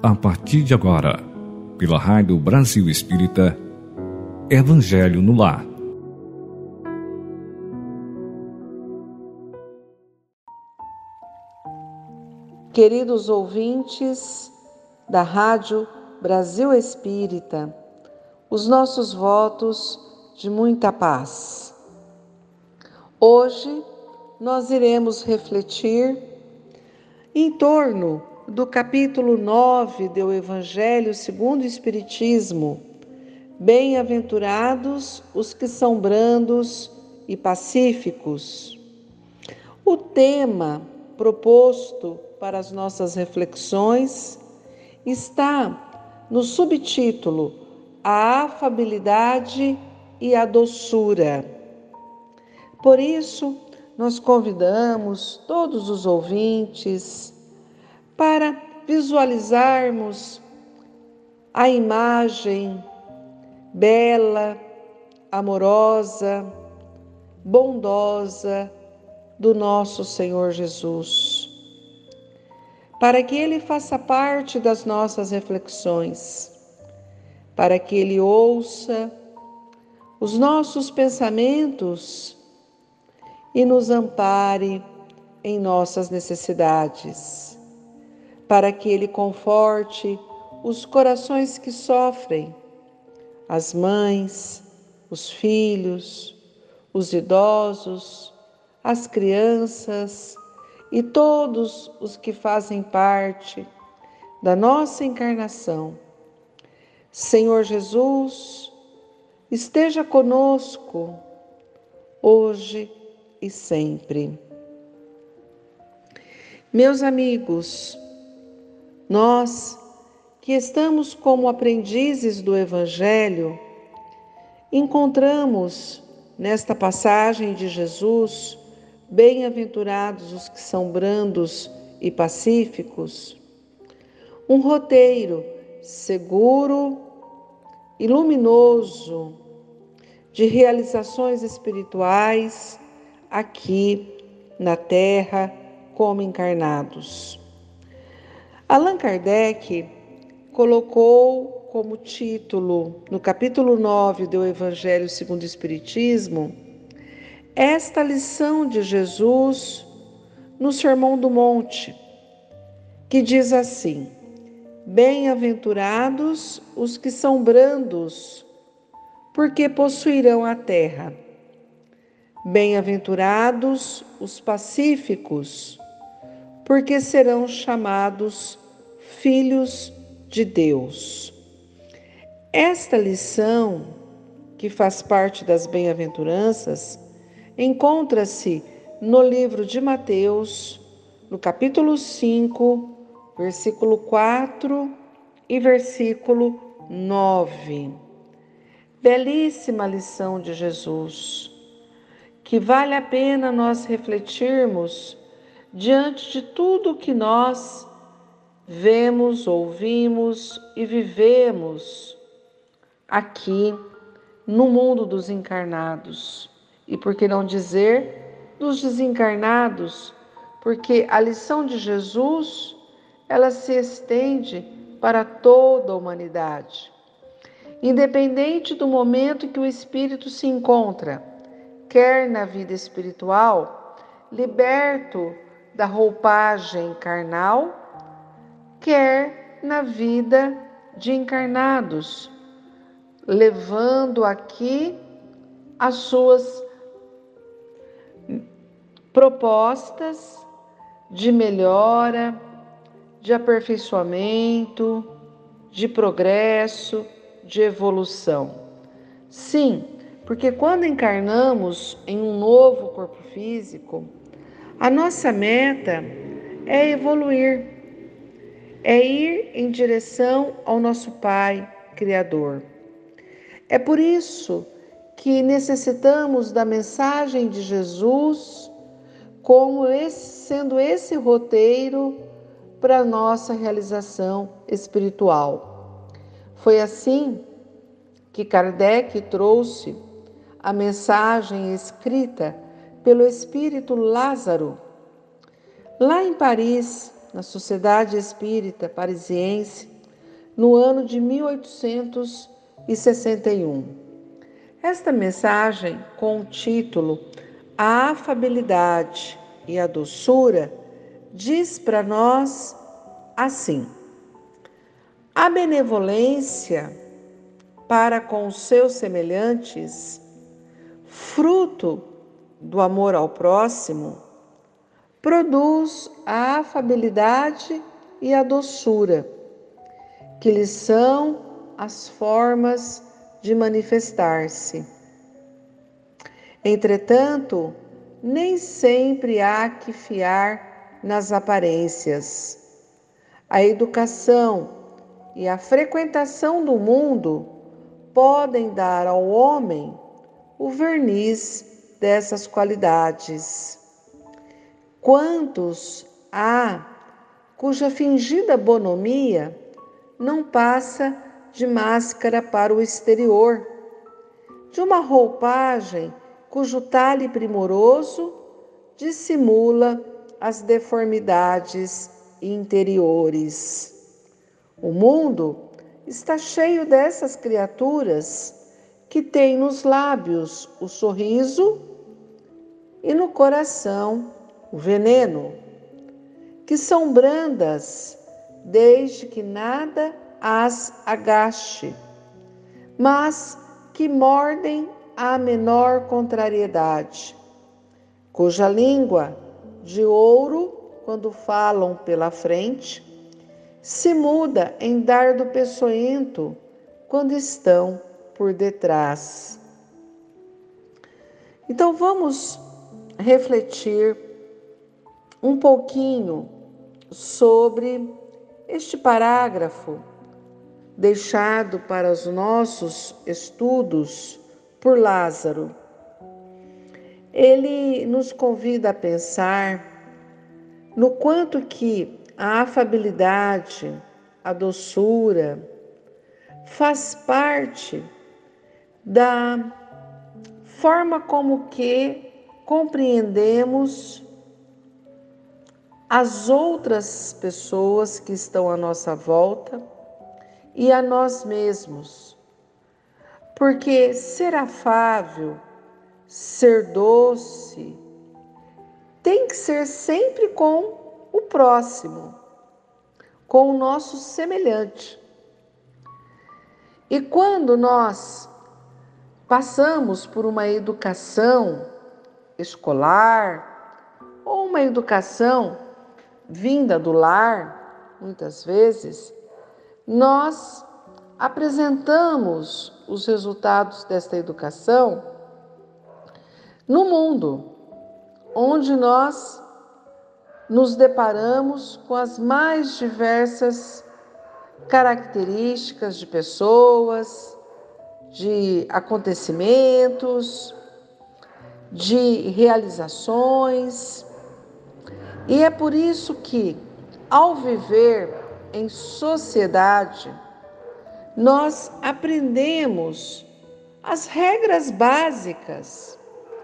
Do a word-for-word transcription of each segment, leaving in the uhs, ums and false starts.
A partir de agora, pela Rádio Brasil Espírita, Evangelho no Lar. Queridos ouvintes da Rádio Brasil Espírita, os nossos votos de muita paz. Hoje nós iremos refletir em torno do capítulo nove do Evangelho segundo o Espiritismo. Bem-aventurados os que são brandos e pacíficos. O tema proposto para as nossas reflexões está no subtítulo A Afabilidade e a Doçura. Por isso, nós convidamos todos os ouvintes para visualizarmos a imagem bela, amorosa, bondosa do nosso Senhor Jesus, para que Ele faça parte das nossas reflexões, para que Ele ouça os nossos pensamentos e nos ampare em nossas necessidades, para que Ele conforte os corações que sofrem, as mães, os filhos, os idosos, as crianças e todos os que fazem parte da nossa encarnação. Senhor Jesus, esteja conosco hoje e sempre. Meus amigos, nós que estamos como aprendizes do Evangelho, encontramos nesta passagem de Jesus, bem-aventurados os que são brandos e pacíficos, um roteiro seguro e luminoso de realizações espirituais aqui na Terra como encarnados. Allan Kardec colocou como título, no capítulo nove do Evangelho segundo o Espiritismo, esta lição de Jesus no Sermão do Monte, que diz assim: Bem-aventurados os que são brandos, porque possuirão a terra. Bem-aventurados os pacíficos, porque serão chamados filhos de Deus. Esta lição, que faz parte das bem-aventuranças, encontra-se no livro de Mateus, no capítulo cinco, versículo quatro e versículo nove. Belíssima lição de Jesus, que vale a pena nós refletirmos diante de tudo que nós vemos, ouvimos e vivemos aqui no mundo dos encarnados. E por que não dizer dos desencarnados? Porque a lição de Jesus, ela se estende para toda a humanidade. Independente do momento que o espírito se encontra, quer na vida espiritual, liberto da roupagem carnal, quer na vida de encarnados, levando aqui as suas propostas de melhora, de aperfeiçoamento, de progresso, de evolução. Sim, porque quando encarnamos em um novo corpo físico, a nossa meta é evoluir, é ir em direção ao nosso Pai Criador. É por isso que necessitamos da mensagem de Jesus como esse, sendo esse roteiro para a nossa realização espiritual. Foi assim que Kardec trouxe a mensagem escrita pelo Espírito Lázaro, lá em Paris, na Sociedade Espírita Parisiense, no ano de mil oitocentos e sessenta e um. Esta mensagem, com o título A Afabilidade e a Doçura, diz para nós assim: a benevolência para com os seus semelhantes, fruto do amor ao próximo, produz a afabilidade e a doçura, que lhes são as formas de manifestar-se. Entretanto, nem sempre há que fiar nas aparências. A educação e a frequentação do mundo podem dar ao homem o verniz dessas qualidades. Quantos há cuja fingida bonomia não passa de máscara para o exterior, de uma roupagem cujo talhe primoroso dissimula as deformidades interiores. O mundo está cheio dessas criaturas que têm nos lábios o sorriso e no coração o veneno, que são brandas desde que nada as agaste, mas que mordem a menor contrariedade, cuja língua de ouro, quando falam pela frente, se muda em dardo peçonhento quando estão por detrás. Então vamos refletir um pouquinho sobre este parágrafo deixado para os nossos estudos por Lázaro. Ele nos convida a pensar no quanto que a afabilidade, a doçura, faz parte da forma como que compreendemos as outras pessoas que estão à nossa volta e a nós mesmos. Porque ser afável, ser doce, tem que ser sempre com o próximo, com o nosso semelhante. E quando nós passamos por uma educação escolar ou uma educação vinda do lar, muitas vezes, nós apresentamos os resultados desta educação no mundo, onde nós nos deparamos com as mais diversas características de pessoas, de acontecimentos, de realizações. E é por isso que, ao viver em sociedade, nós aprendemos as regras básicas,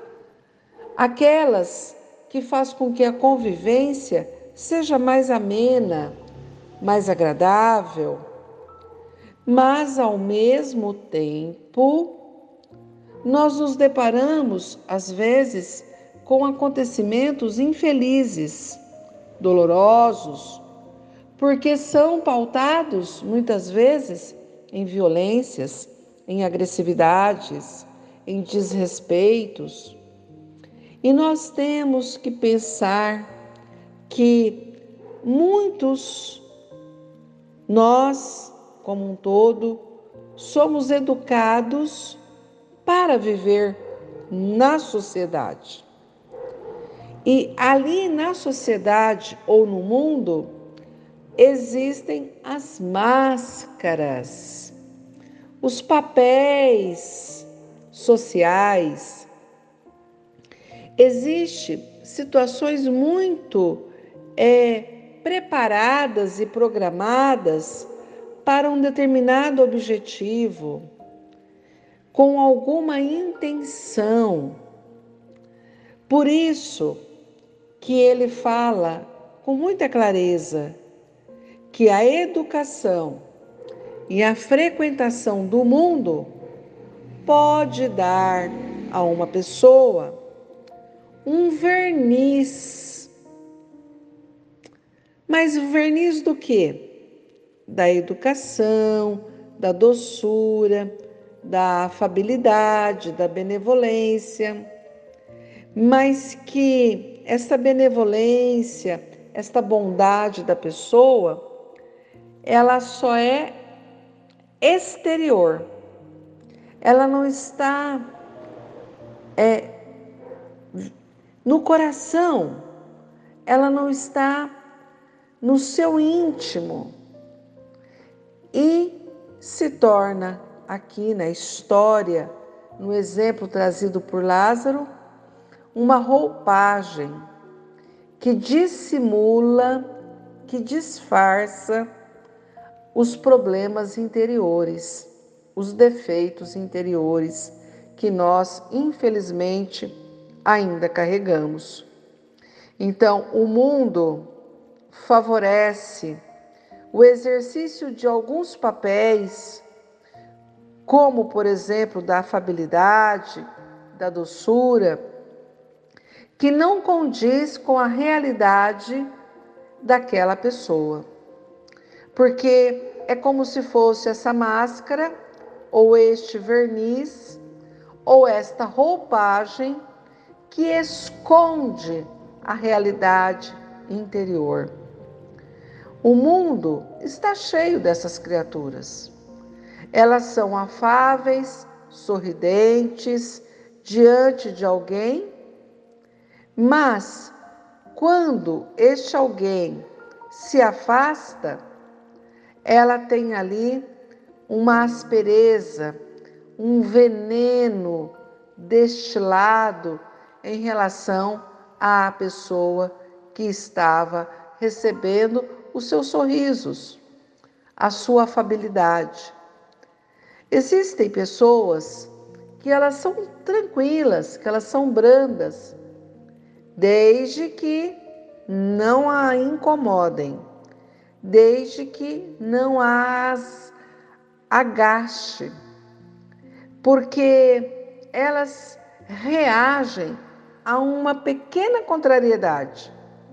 aquelas que faz com que a convivência seja mais amena, mais agradável, mas ao mesmo tempo nós nos deparamos às vezes com acontecimentos infelizes, dolorosos, porque são pautados muitas vezes em violências, em agressividades, em desrespeitos. E nós temos que pensar que muitos, nós como um todo, somos educados para viver na sociedade. E ali na sociedade ou no mundo, existem as máscaras, os papéis sociais. Existem situações muito é, preparadas e programadas para um determinado objetivo, com alguma intenção. Por isso que ele fala com muita clareza que a educação E a frequentação do mundo pode dar a uma pessoa um verniz. Mas o verniz do quê? Da educação, da doçura, da afabilidade, da benevolência. Mas que esta benevolência, esta bondade da pessoa, ela só é exterior. Ela não está é, no coração, ela não está no seu íntimo e se torna aqui na história, no exemplo trazido por Lázaro, uma roupagem que dissimula, que disfarça os problemas interiores, os defeitos interiores que nós, infelizmente, ainda carregamos. Então, o mundo favorece o exercício de alguns papéis, como, por exemplo, da afabilidade, da doçura, que não condiz com a realidade daquela pessoa. Porque é como se fosse essa máscara, ou este verniz, ou esta roupagem que esconde a realidade interior. O mundo está cheio dessas criaturas. Elas são afáveis, sorridentes diante de alguém, mas quando este alguém se afasta, ela tem ali uma aspereza, um veneno destilado em relação à pessoa que estava recebendo os seus sorrisos, a sua afabilidade. Existem pessoas que elas são tranquilas, que elas são brandas, desde que não a incomodem, desde que não as agaste, porque elas reagem a uma pequena contrariedade.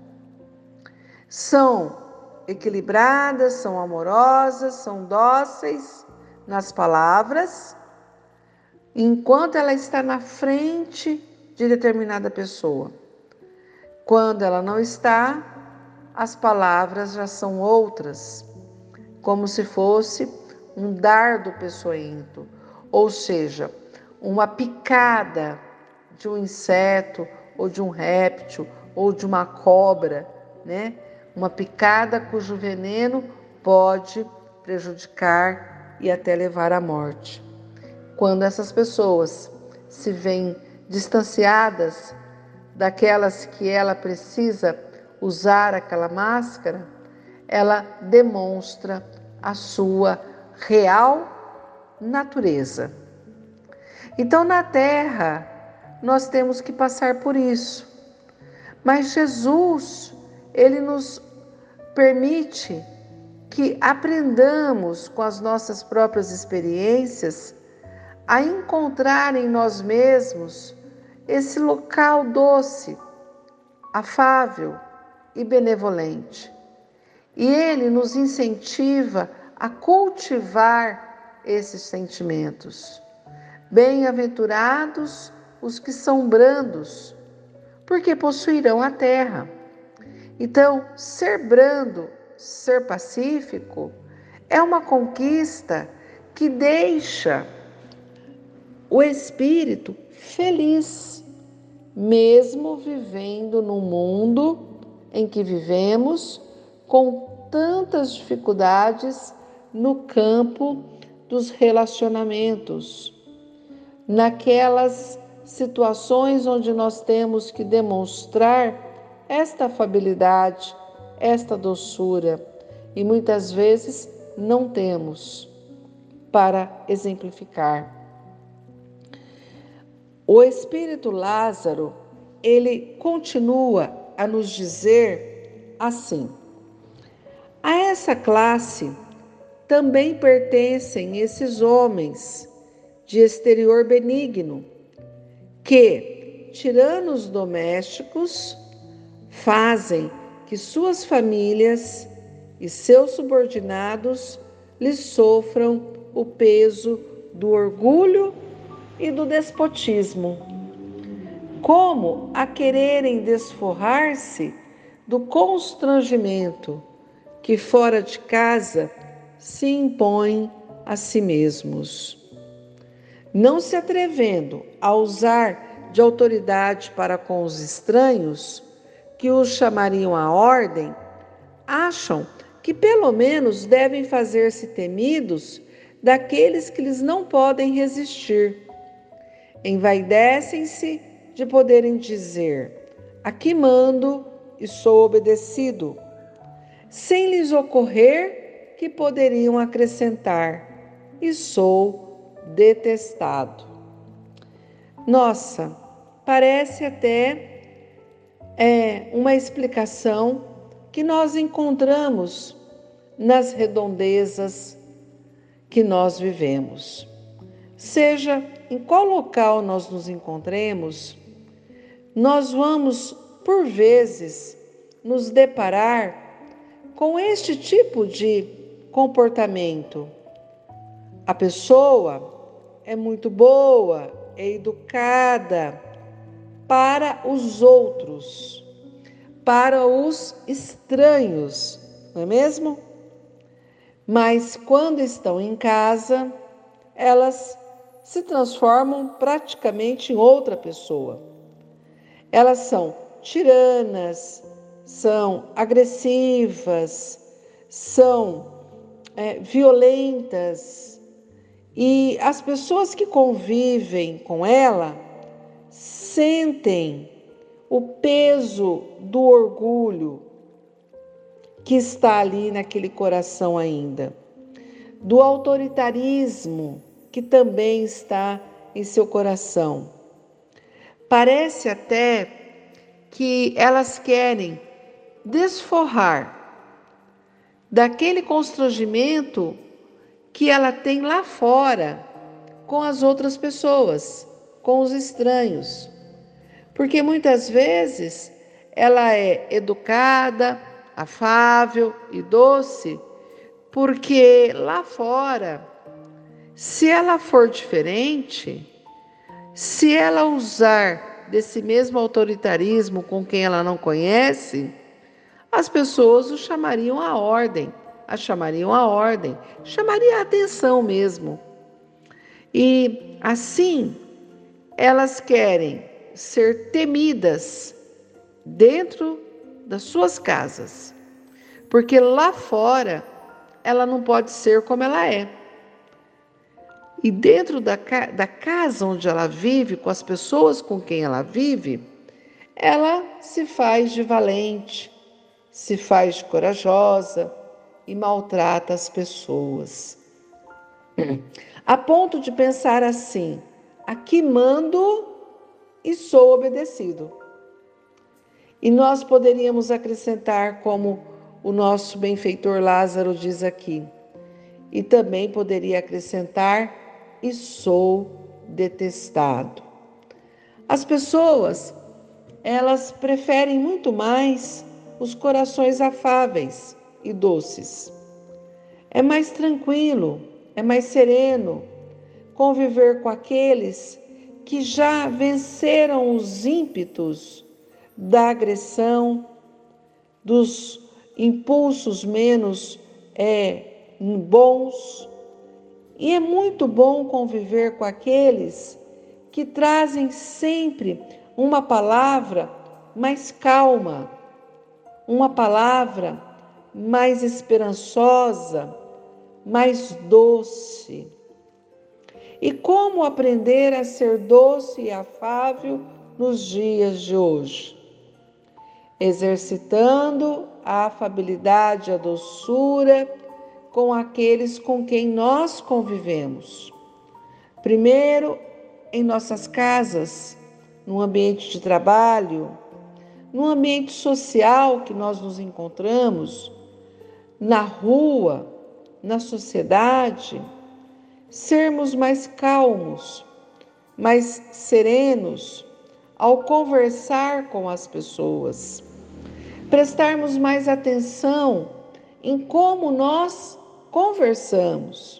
São equilibradas, são amorosas, são dóceis nas palavras, enquanto ela está na frente de determinada pessoa. Quando ela não está, as palavras já são outras, como se fosse um dardo peçonhento, ou seja, uma picada de um inseto, ou de um réptil, ou de uma cobra, né? Uma picada cujo veneno pode prejudicar e até levar à morte. Quando essas pessoas se veem distanciadas daquelas que ela precisa usar aquela máscara, ela demonstra a sua real natureza. Então, na Terra, nós temos que passar por isso. Mas Jesus, ele nos permite que aprendamos com as nossas próprias experiências a encontrar em nós mesmos esse local doce, afável e benevolente. E ele nos incentiva a cultivar esses sentimentos. Bem-aventurados os que são brandos, porque possuirão a terra. Então, ser brando, ser pacífico, é uma conquista que deixa o espírito feliz, mesmo vivendo num mundo em que vivemos com tantas dificuldades no campo dos relacionamentos, naquelas situações onde nós temos que demonstrar esta afabilidade, esta doçura, e muitas vezes não temos para exemplificar. O Espírito Lázaro, ele continua a nos dizer assim: a essa classe também pertencem esses homens de exterior benigno, que, tiranos domésticos, fazem que suas famílias e seus subordinados lhes sofram o peso do orgulho e do despotismo, como a quererem desforrar-se do constrangimento que fora de casa se impõem a si mesmos. Não se atrevendo a usar de autoridade para com os estranhos, que os chamariam à ordem, acham que pelo menos devem fazer-se temidos daqueles que lhes não podem resistir. Envaidecem-se de poderem dizer: aqui mando e sou obedecido, sem lhes ocorrer que poderiam acrescentar: e sou detestado. Nossa, parece até é, uma explicação que nós encontramos nas redondezas que nós vivemos. Seja em qual local nós nos encontremos, nós vamos, por vezes, nos deparar com este tipo de comportamento. A pessoa é muito boa, é educada para os outros, para os estranhos, não é mesmo? Mas quando estão em casa, elas se transformam praticamente em outra pessoa. Elas são tiranas, são agressivas, são é, violentas, e as pessoas que convivem com ela sentem o peso do orgulho que está ali naquele coração ainda, do autoritarismo que também está em seu coração. Parece até que elas querem desforrar daquele constrangimento que ela tem lá fora com as outras pessoas, com os estranhos. Porque muitas vezes ela é educada, afável e doce, porque lá fora, se ela for diferente, se ela usar desse mesmo autoritarismo com quem ela não conhece, as pessoas o chamariam à ordem, a chamariam à ordem, chamaria a atenção mesmo. E assim, elas querem ser temidas dentro das suas casas, porque lá fora ela não pode ser como ela é. E dentro da, da casa onde ela vive, com as pessoas com quem ela vive, ela se faz de valente, se faz de corajosa e maltrata as pessoas. A ponto de pensar assim: aqui mando e sou obedecido. E nós poderíamos acrescentar, como o nosso benfeitor Lázaro diz aqui, e também poderia acrescentar: e sou detestado. As pessoas, elas preferem muito mais os corações afáveis e doces. É mais tranquilo, é mais sereno conviver com aqueles que já venceram os ímpetos da agressão, dos impulsos menos é, bons. E é muito bom conviver com aqueles que trazem sempre uma palavra mais calma, uma palavra mais esperançosa, mais doce. E como aprender a ser doce e afável nos dias de hoje? Exercitando a afabilidade e a doçura com aqueles com quem nós convivemos. Primeiro, em nossas casas, no ambiente de trabalho, no ambiente social que nós nos encontramos, na rua, na sociedade, sermos mais calmos, mais serenos ao conversar com as pessoas, prestarmos mais atenção em como nós conversamos,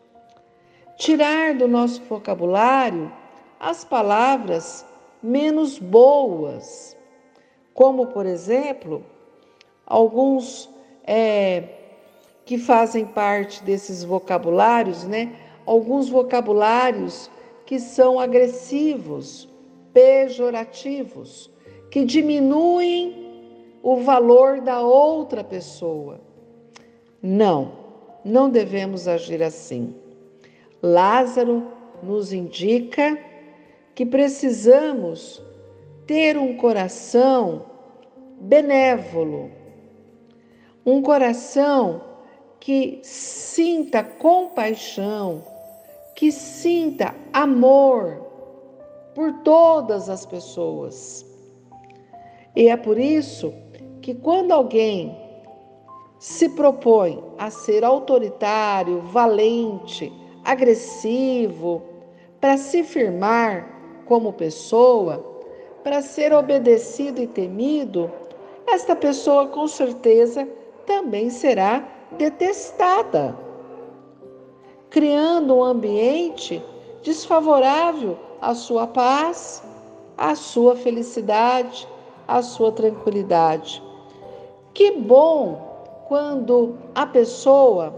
tirar do nosso vocabulário as palavras menos boas, como, por exemplo, alguns é, que fazem parte desses vocabulários, né? Alguns vocabulários que são agressivos, pejorativos, que diminuem o valor da outra pessoa. Não, não devemos agir assim. Lázaro nos indica que precisamos ter um coração benévolo, um coração que sinta compaixão, que sinta amor por todas as pessoas. E é por isso que quando alguém se propõe a ser autoritário, valente, agressivo, para se firmar como pessoa, para ser obedecido e temido, esta pessoa com certeza também será detestada, criando um ambiente desfavorável à sua paz, à sua felicidade, à sua tranquilidade. Que bom quando a pessoa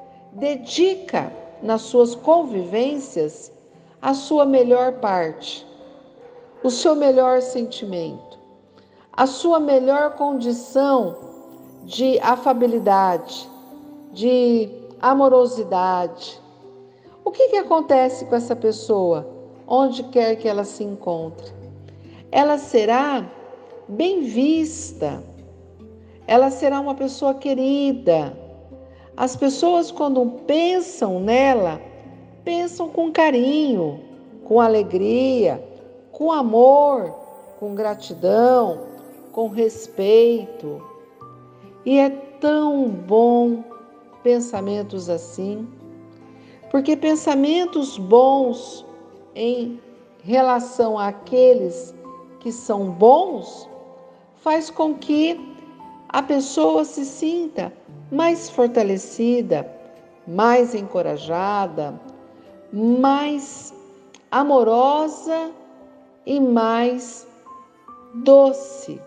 dedica nas suas convivências a sua melhor parte, o seu melhor sentimento, a sua melhor condição de afabilidade, de amorosidade. O que que acontece com essa pessoa, onde quer que ela se encontre? Ela será bem vista, ela será uma pessoa querida. As pessoas, quando pensam nela, pensam com carinho, com alegria, com amor, com gratidão, com respeito. E é tão bom pensamentos assim, porque pensamentos bons em relação àqueles que são bons faz com que a pessoa se sinta mais fortalecida, mais encorajada, mais amorosa e mais doce.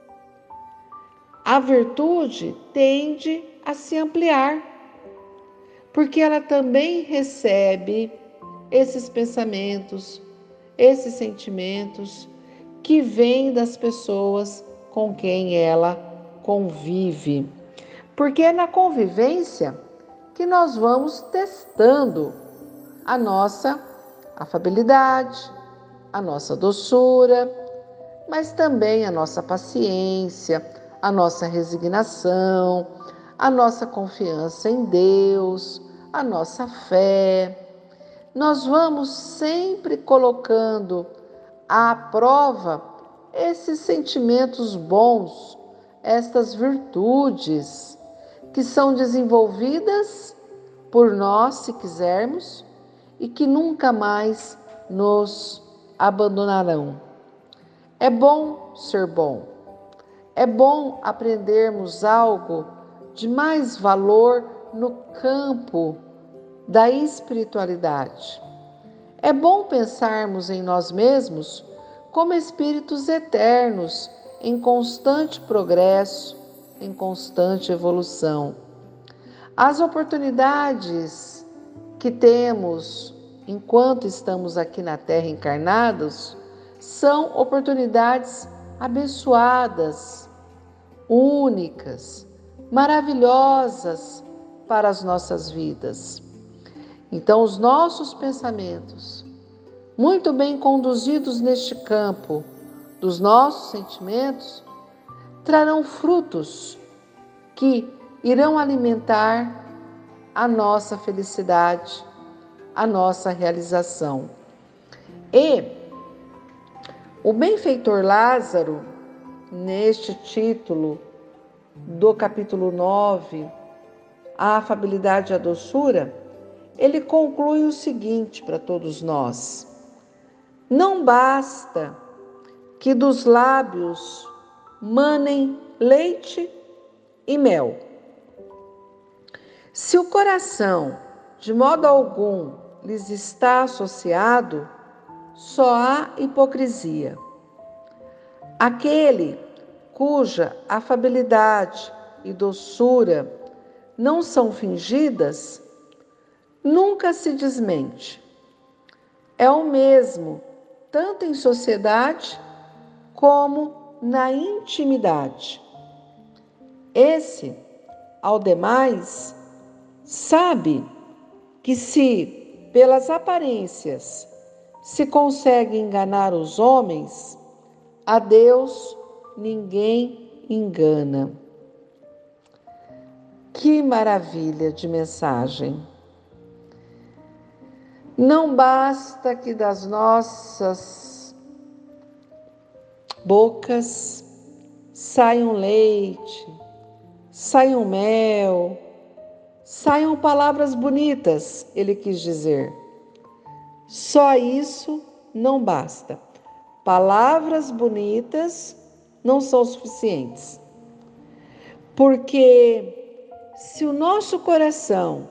A virtude tende a se ampliar, porque ela também recebe esses pensamentos, esses sentimentos que vêm das pessoas com quem ela convive. Porque é na convivência que nós vamos testando a nossa afabilidade, a nossa doçura, mas também a nossa paciência, a nossa resignação, a nossa confiança em Deus, a nossa fé. Nós vamos sempre colocando à prova esses sentimentos bons, estas virtudes que são desenvolvidas por nós, se quisermos, e que nunca mais nos abandonarão. É bom ser bom. É bom aprendermos algo de mais valor no campo da espiritualidade. É bom pensarmos em nós mesmos como espíritos eternos, em constante progresso, em constante evolução. As oportunidades que temos enquanto estamos aqui na Terra encarnados são oportunidades abençoadas, únicas, maravilhosas para as nossas vidas. Então, os nossos pensamentos, muito bem conduzidos neste campo dos nossos sentimentos, trarão frutos que irão alimentar a nossa felicidade, a nossa realização. E o benfeitor Lázaro, neste título do capítulo nove a afabilidade e a doçura, ele conclui o seguinte para todos nós: não basta que dos lábios manem leite e mel. Se o coração, de modo algum, lhes está associado, só há hipocrisia. Aquele cuja afabilidade e doçura não são fingidas, nunca se desmente. É o mesmo, tanto em sociedade como na intimidade. Esse, ao demais, sabe que se, pelas aparências, se consegue enganar os homens, a Deus ninguém engana. Que maravilha de mensagem! Não basta que das nossas bocas saiam leite, saiam mel, saiam palavras bonitas, ele quis dizer. Só isso não basta. Palavras bonitas não são suficientes. Porque se o nosso coração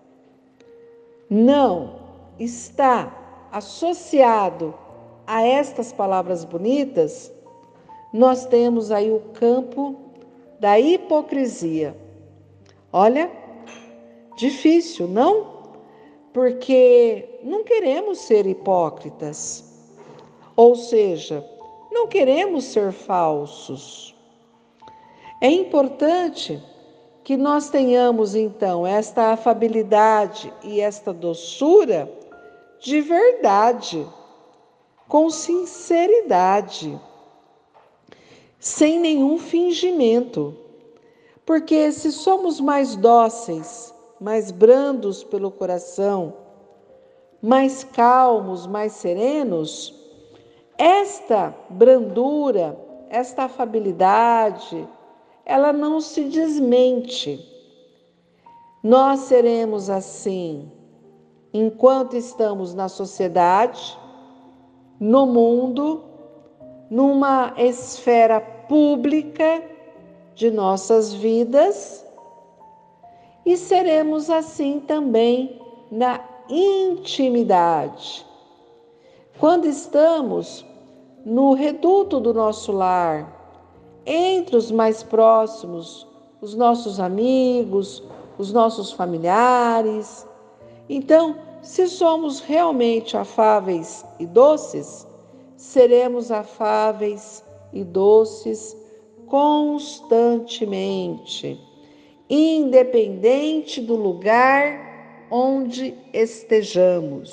não está associado a estas palavras bonitas, nós temos aí o campo da hipocrisia. Olha, difícil, não? Porque não queremos ser hipócritas, ou seja, não queremos ser falsos. É importante que nós tenhamos então esta afabilidade e esta doçura de verdade, com sinceridade, sem nenhum fingimento. Porque se somos mais dóceis, mais brandos pelo coração, mais calmos, mais serenos, esta brandura, esta afabilidade, ela não se desmente. Nós seremos assim enquanto estamos na sociedade, no mundo, numa esfera pública de nossas vidas, e seremos assim também na intimidade. Quando estamos no reduto do nosso lar, entre os mais próximos, os nossos amigos, os nossos familiares. Então, se somos realmente afáveis e doces, seremos afáveis e doces constantemente, independente do lugar onde estejamos.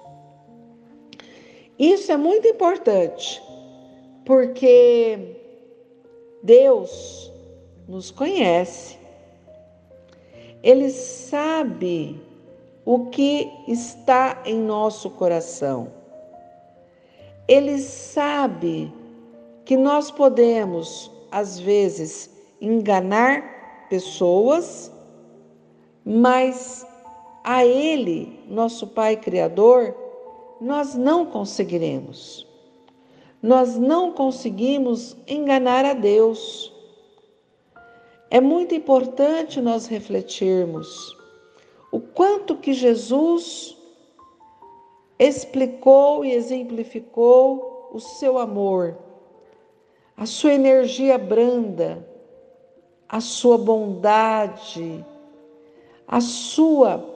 Isso é muito importante, porque Deus nos conhece. Ele sabe o que está em nosso coração. Ele sabe que nós podemos, às vezes, enganar pessoas, mas a Ele, nosso Pai Criador, nós não conseguiremos. Nós não conseguimos enganar a Deus. É muito importante nós refletirmos o quanto que Jesus explicou e exemplificou o seu amor, a sua energia branda, a sua bondade, a sua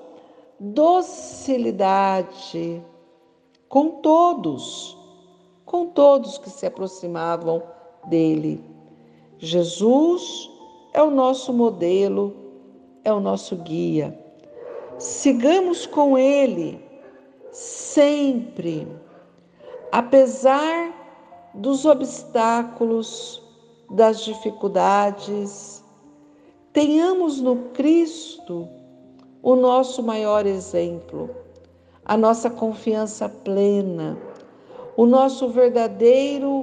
docilidade com todos, com todos que se aproximavam dele. Jesus é o nosso modelo, é o nosso guia. Sigamos com ele sempre, apesar dos obstáculos, das dificuldades. Tenhamos no Cristo o nosso maior exemplo, a nossa confiança plena, o nosso verdadeiro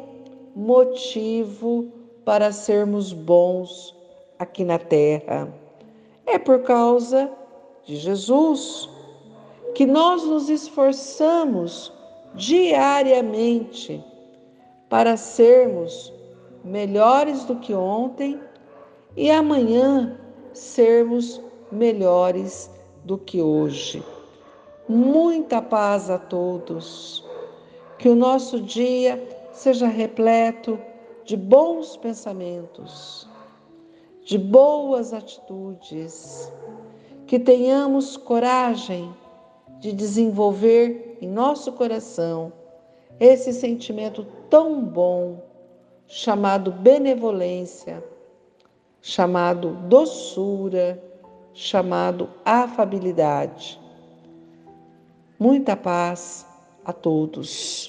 motivo para sermos bons aqui na terra. É por causa de Jesus que nós nos esforçamos diariamente para sermos melhores do que ontem e amanhã sermos melhores do que hoje. Muita paz a todos. Que o nosso dia seja repleto de bons pensamentos, de boas atitudes. Que tenhamos coragem de desenvolver em nosso coração esse sentimento tão bom, chamado benevolência, chamado doçura, chamado afabilidade. Muita paz a todos.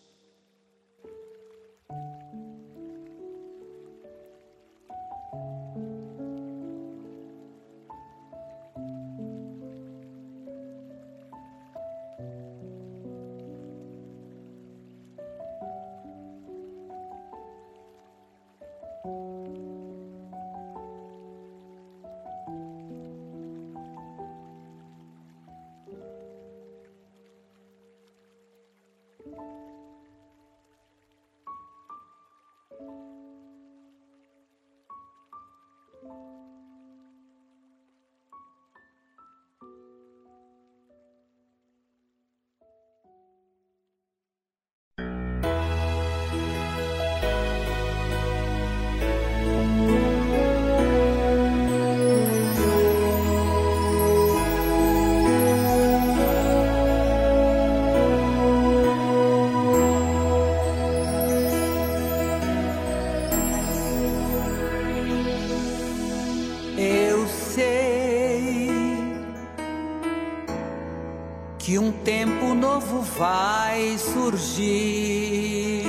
Que um tempo novo vai surgir.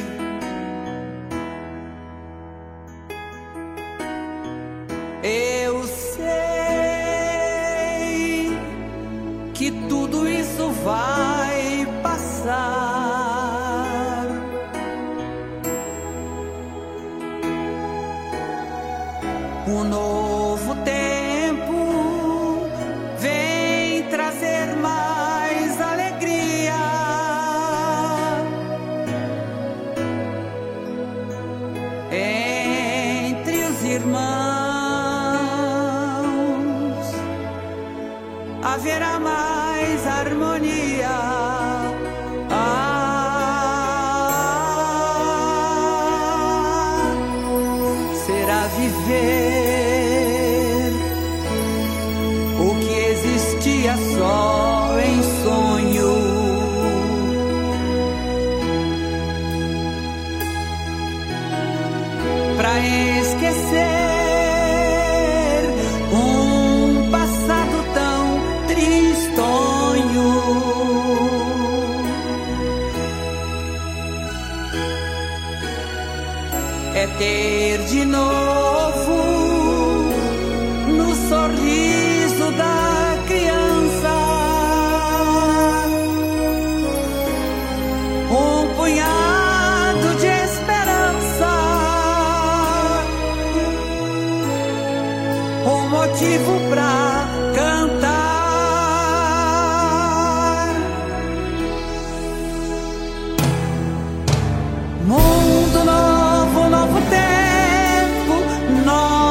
Eu sei que tudo isso vai passar. O novo tempo vem trazer mais alegria. Entre os irmãos haverá mais harmonia. Ah, será viver o que existia só em sonho. Pra esquecer um passado tão tristonho. É ter de novo no sorriso da criança um punhado de esperança, um motivo pra cantar. Mundo novo, novo tempo, novo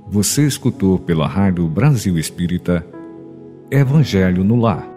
Você escutou pela Rádio Brasil Espírita Evangelho no Lar.